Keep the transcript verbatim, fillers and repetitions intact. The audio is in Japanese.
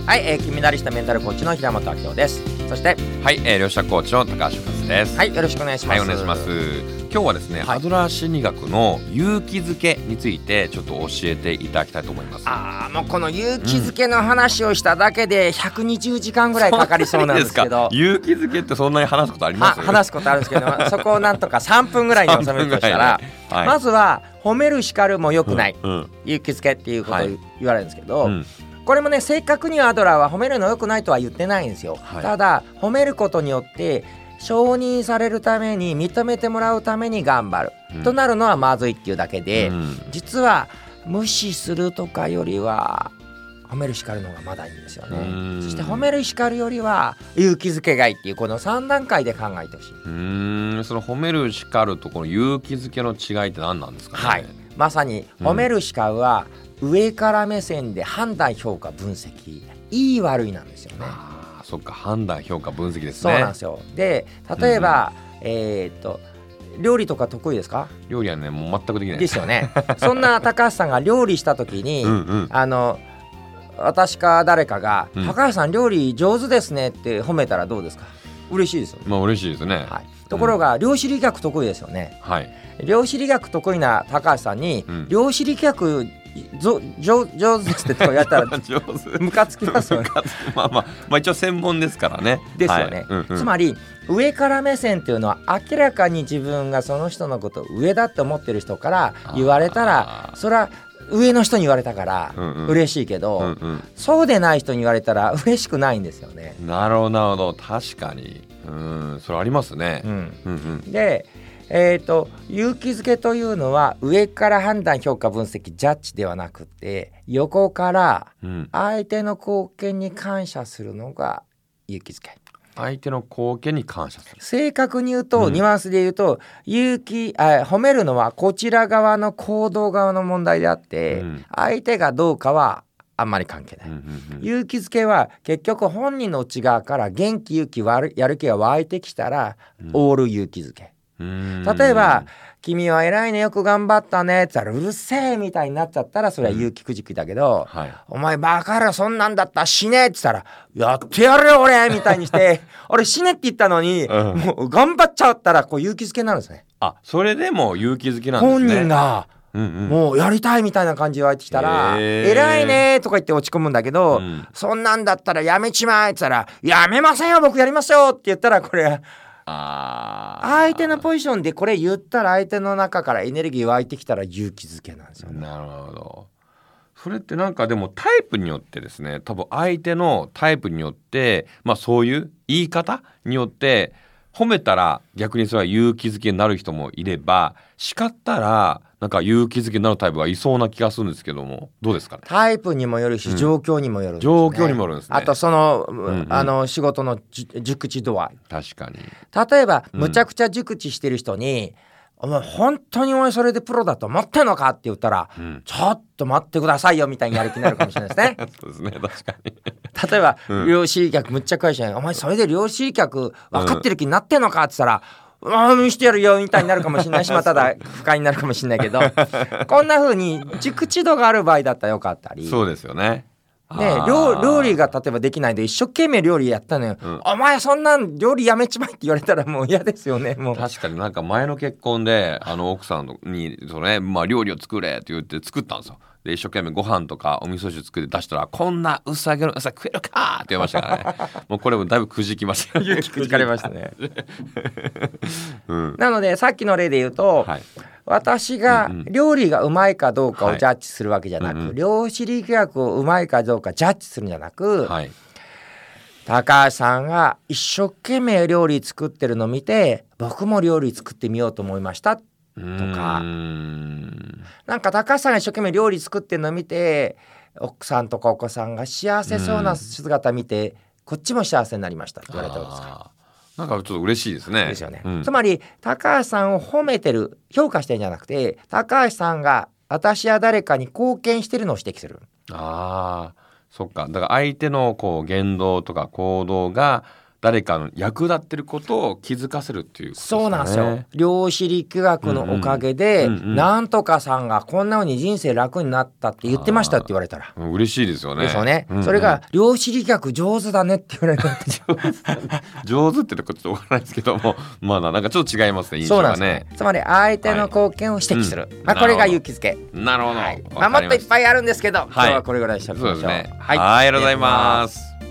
はい、えー、金メダリストメンタルコーチの平本明夫です。そしてはい、えー、両者コーチの高橋和です。 はい、よろしくお願いします。 はい、お願いします。今日はですね、はい、アドラー心理学の勇気づけについてちょっと教えていただきたいと思います。 あー、もうこの勇気づけの話をしただけでひゃくにじゅうじかんぐらいかかりそうなんですけど、 勇気づけってそんなに話すことあります？ 話すことあるんですけどそこをなんとかさんぷんぐらいに収めるとしたら、ね、はい、まずは褒める叱るも良くない、うんうん、勇気づけっていうことを言われるんですけど、はい、うん、これもね、正確にはアドラーは褒めるの良くないとは言ってないんですよ、はい、ただ褒めることによって承認されるために認めてもらうために頑張る、うん、となるのはまずいっていうだけで、うん、実は無視するとかよりは褒める叱るのがまだいいんですよね。そして褒める叱るよりは勇気づけがいいっていうこのさん段階で考えてほしい。 うーん、その褒める叱るとこの勇気づけの違いって何なんですかね。 はい、まさに褒める叱るは上から目線で判断評価分析、いい悪いなんですよね。 あ、そっか、判断評価分析ですね。 そうなんですよ。で、例えば、うん、えー、っと料理とか得意ですか？ 料理はね、もう全くできないですよね。そんな高橋さんが料理した時にうん、うん、あの私か誰かが、うん、高橋さん料理上手ですねって褒めたらどうですか？嬉しいですよね。 まあ嬉しいですね、 はい、ところが、うん、量子力学得意ですよね、はい、量子力学得意な高橋さんに、うん、量子力学上, 上, 上手ですってとか言われたらムカつきますよね。 まあまあ、まあ一応専門ですからね。 ですよね、はい、うんうん、つまり上から目線っていうのは明らかに自分がその人のことを上だって思ってる人から言われたら、それは上の人に言われたから嬉しいけど、うんうん、そうでない人に言われたら嬉しくないんですよね。 なるほどなるほど、確かに、うん、それありますね、うんうんうん、 で、えーと、勇気づけというのは上から判断評価分析ジャッジではなくて、横から相手の貢献に感謝するのが勇気づけ。 相手の貢献に感謝する。 正確に言うと、うん、ニュアンスで言うと勇気あ褒めるのはこちら側の行動側の問題であって、うん、相手がどうかはあんまり関係ない、うんうんうん、勇気づけは結局本人の内側から元気勇気やる気が湧いてきたら、うん、オール勇気づけ。例えば君は偉いね、よく頑張ったねって言ったらうるせえみたいになっちゃったらそれは勇気くじきだけど、うん、はい、お前バカらそんなんだったら死ねって言ったらやってやるよ俺みたいにして俺死ねって言ったのに、うん、もう頑張っちゃったらこう勇気づけになるんですね。 あ、それでも勇気づけなんですね。 本人がうんうん、もうやりたいみたいな感じで湧いてきたら、えー、偉いねとか言って落ち込むんだけど、うん、そんなんだったらやめちまえって言ったらやめませんよ僕やりますよって言ったら、これあ相手のポジションでこれ言ったら相手の中からエネルギー湧いてきたら勇気づけなんですよね。 なるほど。それってなんかでもタイプによってですね、多分相手のタイプによって、まあそういう言い方によって褒めたら逆にそれは勇気づけになる人もいれば、叱ったらなんか勇気づけになるタイプがいそうな気がするんですけども、どうですかね。 タイプにもよるし、うん、状況にもよるんですね。 状況にもよるんですね。 あとその、うんうん、あの仕事の熟知度合い。 確かに。 例えば、うん、むちゃくちゃ熟知してる人に、お前本当にお前それでプロだと思ってんのかって言ったら、うん、ちょっと待ってくださいよみたいにやる気になるかもしれないですね。 そうですね、確かに。 例えば、うん、量子力学むっちゃ詳しいのに、お前それで量子力学分かってる気になってんのかって言ったら、うん、ああ見してやるよみたいになるかもしれないし、まあ、ただ不快になるかもしれないけどこんな風に熟知度がある場合だったらよかったり。 そうですよね。 ね、料, 料理が例えばできないで一生懸命料理やったのよ、うん、お前そんなん料理やめちまいって言われたらもう嫌ですよね。もう確かになんか前の結婚であの奥さんにその、ね、まあ、料理を作れって言って作ったんですよ。で一生懸命ご飯とかお味噌汁作って出したら、こんな薄揚げの野菜食えるかって言いましたからね。もうこれもだいぶくじきましたよね。くじかれましたね。うん、なのでさっきの例で言うと、はい、私が料理がうまいかどうかをジャッジするわけじゃなく、はい、量子力学をうまいかどうかジャッジするんじゃなく、はい、高橋さんが一生懸命料理作ってるのを見て僕も料理作ってみようと思いましたとか、なんか高橋さんが一生懸命料理作ってるのを見て奥さんとかお子さんが幸せそうな姿見てこっちも幸せになりましたって言われたんですか。 なんかちょっと嬉しいですね。 ですよね、うん、つまり高橋さんを褒めてる評価してるんじゃなくて、高橋さんが私や誰かに貢献してるのを指摘する。 あー、そっか。だから相手のこう言動とか行動が誰かの役立ってることを気づかせるっていうことですね。 そうなんですよ。量子力学のおかげで、うんうん、なんとかさんがこんな風に人生楽になったって言ってましたって言われたら嬉しいですよね。 ですよね、 うんうん、 それが量子力学上手だねって言われた上手ってとこちょっとわからないですけども、まあなんかちょっと違いますね、印象がね。 そうなんですね。つまり相手の貢献を指摘する、はい、まあ、これが勇気づけ。 なるほど、 はい、まあ、もっといっぱいあるんですけど、はい、今日はこれぐらいにしておきましょう。 そうですね、はい、はい、ありがとうございます。